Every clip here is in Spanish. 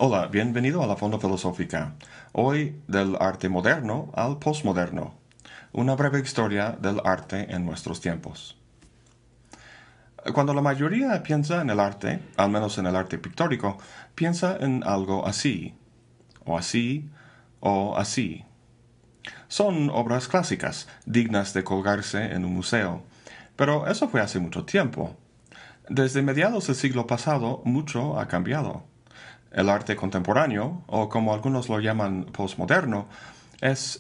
Hola, bienvenido a la Fonda Filosófica. Hoy del arte moderno al postmoderno. Una breve historia del arte en nuestros tiempos. Cuando la mayoría piensa en el arte, al menos en el arte pictórico, piensa en algo así, o así, o así. Son obras clásicas, dignas de colgarse en un museo. Pero eso fue hace mucho tiempo. Desde mediados del siglo pasado, mucho ha cambiado. El arte contemporáneo, o como algunos lo llaman postmoderno, es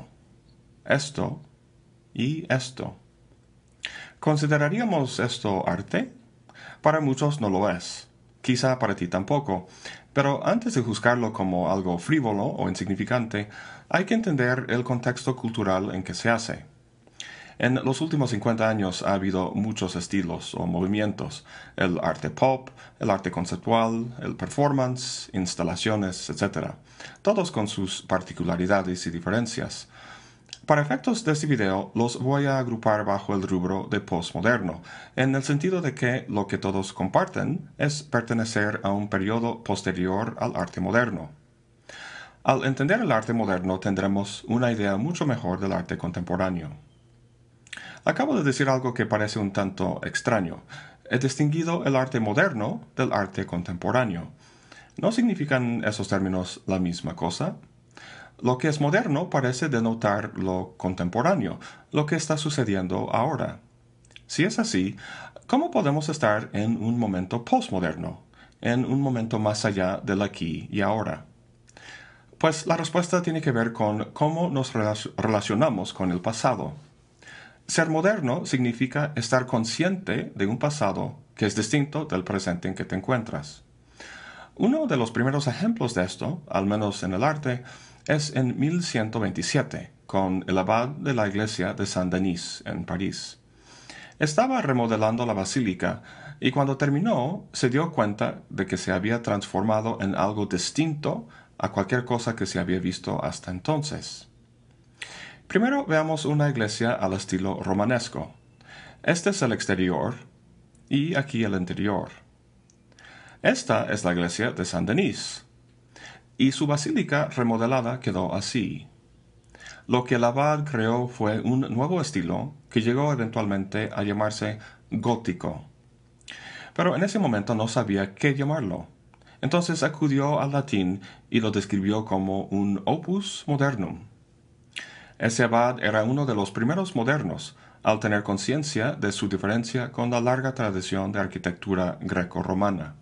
esto y esto. ¿Consideraríamos esto arte? Para muchos no lo es. Quizá para ti tampoco. Pero antes de juzgarlo como algo frívolo o insignificante, hay que entender el contexto cultural en que se hace. En los últimos 50 años ha habido muchos estilos o movimientos: el arte pop, el arte conceptual, el performance, instalaciones, etc. Todos con sus particularidades y diferencias. Para efectos de este video, los voy a agrupar bajo el rubro de postmoderno, en el sentido de que lo que todos comparten es pertenecer a un periodo posterior al arte moderno. Al entender el arte moderno tendremos una idea mucho mejor del arte contemporáneo. Acabo de decir algo que parece un tanto extraño. He distinguido el arte moderno del arte contemporáneo. ¿No significan esos términos la misma cosa? Lo que es moderno parece denotar lo contemporáneo, lo que está sucediendo ahora. Si es así, ¿cómo podemos estar en un momento postmoderno, en un momento más allá del aquí y ahora? Pues la respuesta tiene que ver con cómo nos relacionamos con el pasado. Ser moderno significa estar consciente de un pasado que es distinto del presente en que te encuentras. Uno de los primeros ejemplos de esto, al menos en el arte, es en 1127, con el abad de la iglesia de Saint-Denis, en París. Estaba remodelando la basílica y cuando terminó se dio cuenta de que se había transformado en algo distinto a cualquier cosa que se había visto hasta entonces. Primero veamos una iglesia al estilo romanesco. Este es el exterior y aquí el interior. Esta es la iglesia de Saint-Denis y su basílica remodelada quedó así. Lo que el abad creó fue un nuevo estilo que llegó eventualmente a llamarse gótico. Pero en ese momento no sabía qué llamarlo. Entonces acudió al latín y lo describió como un opus modernum. Ese abad era uno de los primeros modernos, al tener conciencia de su diferencia con la larga tradición de arquitectura greco-romana.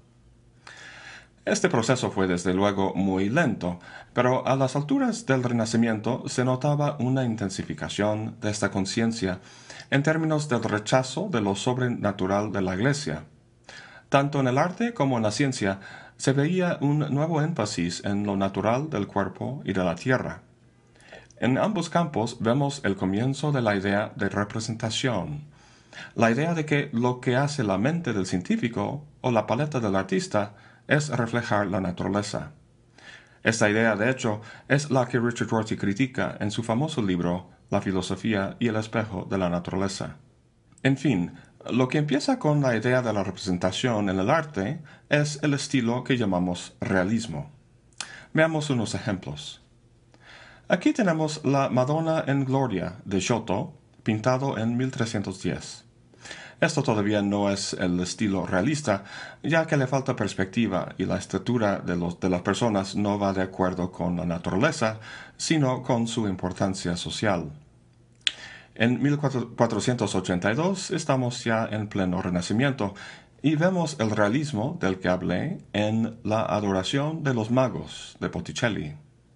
Este proceso fue desde luego muy lento, pero a las alturas del Renacimiento se notaba una intensificación de esta conciencia en términos del rechazo de lo sobrenatural de la Iglesia. Tanto en el arte como en la ciencia se veía un nuevo énfasis en lo natural del cuerpo y de la tierra. En ambos campos vemos el comienzo de la idea de representación, la idea de que lo que hace la mente del científico o la paleta del artista es reflejar la naturaleza. Esta idea, de hecho, es la que Richard Rorty critica en su famoso libro La filosofía y el espejo de la naturaleza. En fin, lo que empieza con la idea de la representación en el arte es el estilo que llamamos realismo. Veamos unos ejemplos. Aquí tenemos la Madonna en Gloria de Giotto, pintado en 1310. Esto todavía no es el estilo realista, ya que le falta perspectiva y la estatura de las personas no va de acuerdo con la naturaleza, sino con su importancia social. En 1482 estamos ya en pleno Renacimiento y vemos el realismo del que hablé en La adoración de los magos de Botticelli.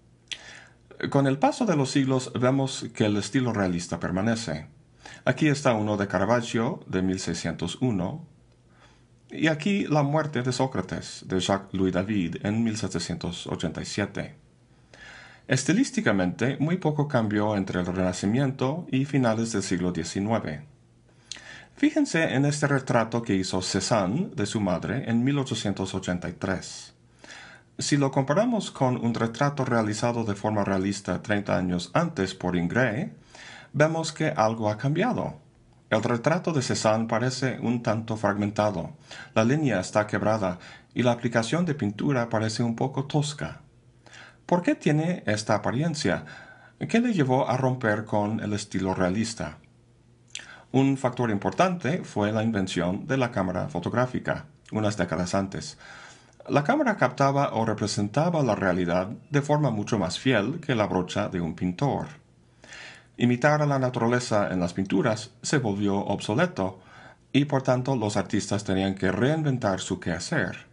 Con el paso de los siglos vemos que el estilo realista permanece. Aquí está uno de Caravaggio de 1601 y aquí La muerte de Sócrates de Jacques-Louis David en 1787. Estilísticamente, muy poco cambió entre el Renacimiento y finales del siglo XIX. Fíjense en este retrato que hizo Cézanne de su madre en 1883. Si lo comparamos con un retrato realizado de forma realista 30 años antes por Ingres, vemos que algo ha cambiado. El retrato de Cézanne parece un tanto fragmentado, la línea está quebrada y la aplicación de pintura parece un poco tosca. ¿Por qué tiene esta apariencia? ¿Qué le llevó a romper con el estilo realista? Un factor importante fue la invención de la cámara fotográfica, unas décadas antes. La cámara captaba o representaba la realidad de forma mucho más fiel que la brocha de un pintor. Imitar a la naturaleza en las pinturas se volvió obsoleto y por tanto los artistas tenían que reinventar su quehacer.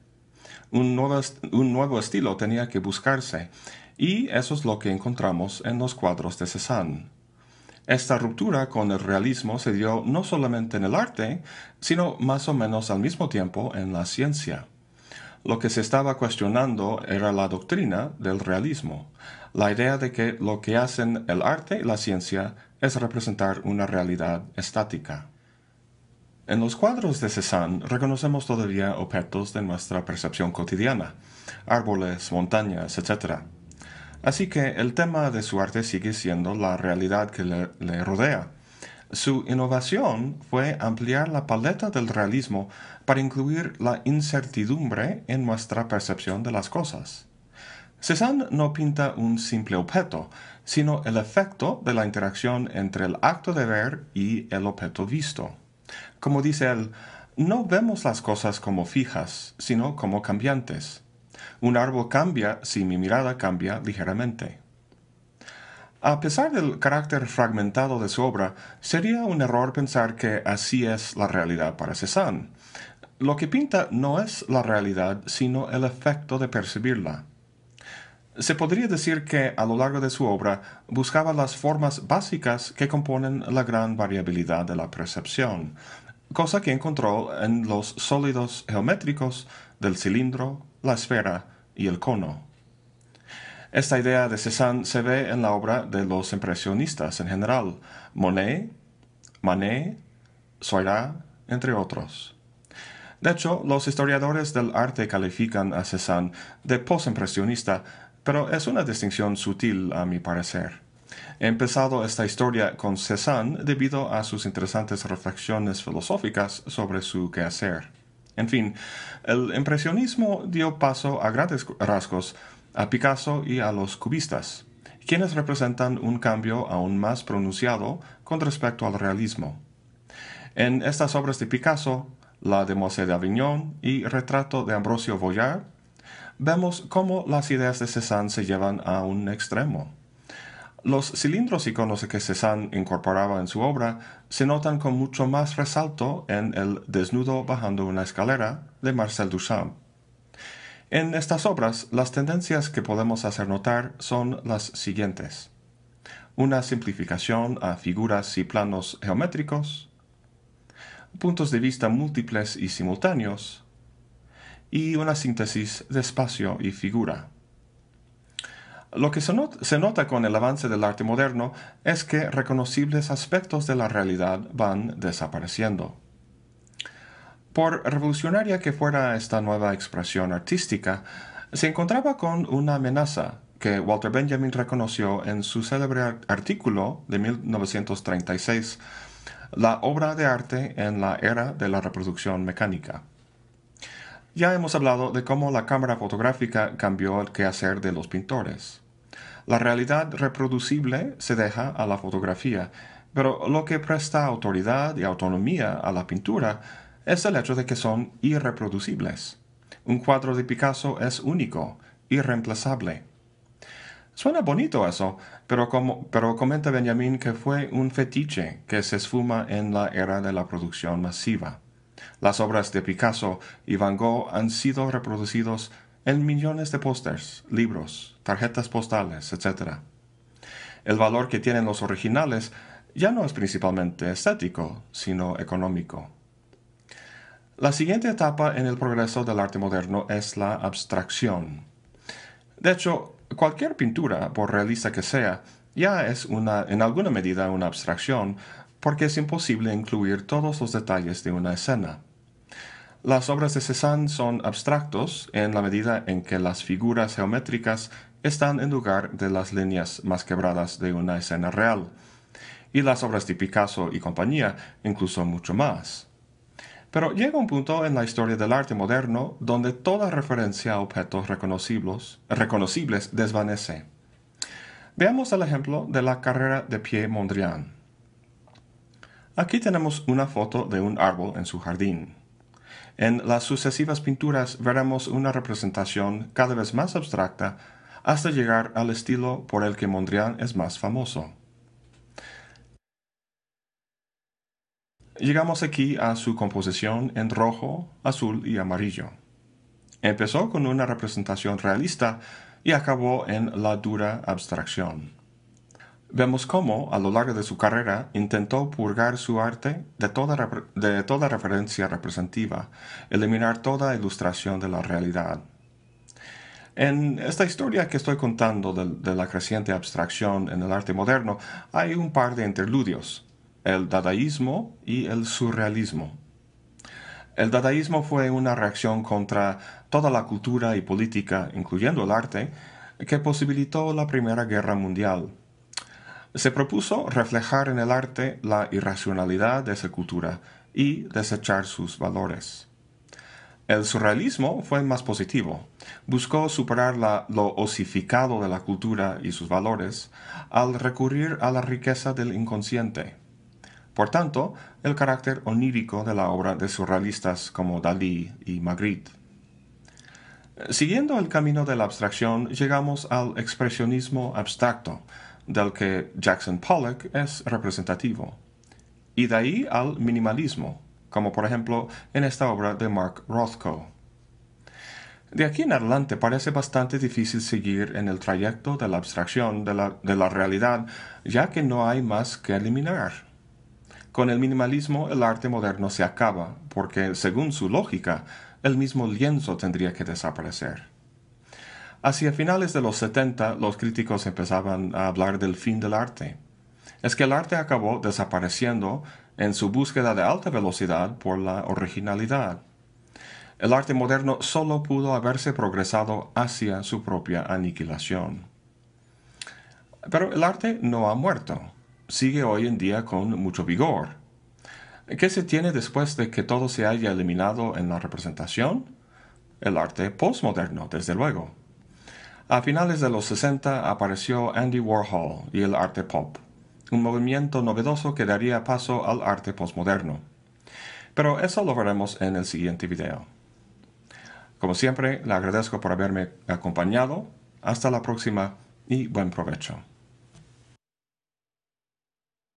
Un nuevo estilo tenía que buscarse y eso es lo que encontramos en los cuadros de Cézanne. Esta ruptura con el realismo se dio no solamente en el arte, sino más o menos al mismo tiempo en la ciencia. Lo que se estaba cuestionando era la doctrina del realismo, la idea de que lo que hacen el arte y la ciencia es representar una realidad estática. En los cuadros de Cézanne reconocemos todavía objetos de nuestra percepción cotidiana, árboles, montañas, etc. Así que el tema de su arte sigue siendo la realidad que le rodea. Su innovación fue ampliar la paleta del realismo para incluir la incertidumbre en nuestra percepción de las cosas. Cézanne no pinta un simple objeto, sino el efecto de la interacción entre el acto de ver y el objeto visto. Como dice él, no vemos las cosas como fijas, sino como cambiantes. Un árbol cambia si mi mirada cambia ligeramente. A pesar del carácter fragmentado de su obra, sería un error pensar que así es la realidad para Cézanne. Lo que pinta no es la realidad, sino el efecto de percibirla. Se podría decir que a lo largo de su obra buscaba las formas básicas que componen la gran variabilidad de la percepción, cosa que encontró en los sólidos geométricos del cilindro, la esfera y el cono. Esta idea de Cézanne se ve en la obra de los impresionistas en general, Monet, Manet, Seurat, entre otros. De hecho, los historiadores del arte califican a Cézanne de postimpresionista, pero es una distinción sutil a mi parecer. He empezado esta historia con Cézanne debido a sus interesantes reflexiones filosóficas sobre su quehacer. En fin, el impresionismo dio paso a grandes rasgos a Picasso y a los cubistas, quienes representan un cambio aún más pronunciado con respecto al realismo. En estas obras de Picasso, la Demoiselle d'Avignon y Retrato de Ambrosio Vollard, vemos cómo las ideas de Cézanne se llevan a un extremo. Los cilindros iconos que Cézanne incorporaba en su obra se notan con mucho más resalto en El desnudo bajando una escalera de Marcel Duchamp. En estas obras, las tendencias que podemos hacer notar son las siguientes: una simplificación a figuras y planos geométricos, puntos de vista múltiples y simultáneos, y una síntesis de espacio y figura. Lo que se nota con el avance del arte moderno es que reconocibles aspectos de la realidad van desapareciendo. Por revolucionaria que fuera esta nueva expresión artística, se encontraba con una amenaza que Walter Benjamin reconoció en su célebre artículo de 1936, La obra de arte en la era de la reproducción mecánica. Ya hemos hablado de cómo la cámara fotográfica cambió el quehacer de los pintores. La realidad reproducible se deja a la fotografía, pero lo que presta autoridad y autonomía a la pintura es el hecho de que son irreproducibles. Un cuadro de Picasso es único, irreemplazable. Suena bonito eso, pero comenta Benjamin que fue un fetiche que se esfuma en la era de la producción masiva. Las obras de Picasso y Van Gogh han sido reproducidos en millones de pósters, libros, tarjetas postales, etc. El valor que tienen los originales ya no es principalmente estético, sino económico. La siguiente etapa en el progreso del arte moderno es la abstracción. De hecho, cualquier pintura, por realista que sea, ya es en alguna medida una abstracción, porque es imposible incluir todos los detalles de una escena. Las obras de Cézanne son abstractos en la medida en que las figuras geométricas están en lugar de las líneas más quebradas de una escena real. y las obras de Picasso y compañía incluso mucho más. Pero llega un punto en la historia del arte moderno donde toda referencia a objetos reconocibles desvanece. Veamos el ejemplo de la carrera de Piet Mondrian. Aquí tenemos una foto de un árbol en su jardín. En las sucesivas pinturas veremos una representación cada vez más abstracta hasta llegar al estilo por el que Mondrian es más famoso. Llegamos aquí a su composición en rojo, azul y amarillo. Empezó con una representación realista y acabó en la dura abstracción. Vemos cómo, a lo largo de su carrera, intentó purgar su arte de toda referencia representativa, eliminar toda ilustración de la realidad. En esta historia que estoy contando de la creciente abstracción en el arte moderno, hay un par de interludios, el dadaísmo y el surrealismo. El dadaísmo fue una reacción contra toda la cultura y política, incluyendo el arte, que posibilitó la Primera Guerra Mundial. Se propuso reflejar en el arte la irracionalidad de esa cultura y desechar sus valores. El surrealismo fue más positivo. Buscó superar lo osificado de la cultura y sus valores al recurrir a la riqueza del inconsciente. Por tanto, el carácter onírico de la obra de surrealistas como Dalí y Magritte. Siguiendo el camino de la abstracción, llegamos al expresionismo abstracto, del que Jackson Pollock es representativo, y de ahí al minimalismo, como por ejemplo en esta obra de Mark Rothko. De aquí en adelante parece bastante difícil seguir en el trayecto de la abstracción de la realidad, ya que no hay más que eliminar. Con el minimalismo el arte moderno se acaba, porque según su lógica, el mismo lienzo tendría que desaparecer. Hacia finales de los 70, los críticos empezaban a hablar del fin del arte. Es que el arte acabó desapareciendo en su búsqueda de alta velocidad por la originalidad. El arte moderno solo pudo haberse progresado hacia su propia aniquilación. Pero el arte no ha muerto. Sigue hoy en día con mucho vigor. ¿Qué se tiene después de que todo se haya eliminado en la representación? El arte postmoderno, desde luego. A finales de los 60 apareció Andy Warhol y el arte pop, un movimiento novedoso que daría paso al arte postmoderno. Pero eso lo veremos en el siguiente video. Como siempre, le agradezco por haberme acompañado. Hasta la próxima y buen provecho.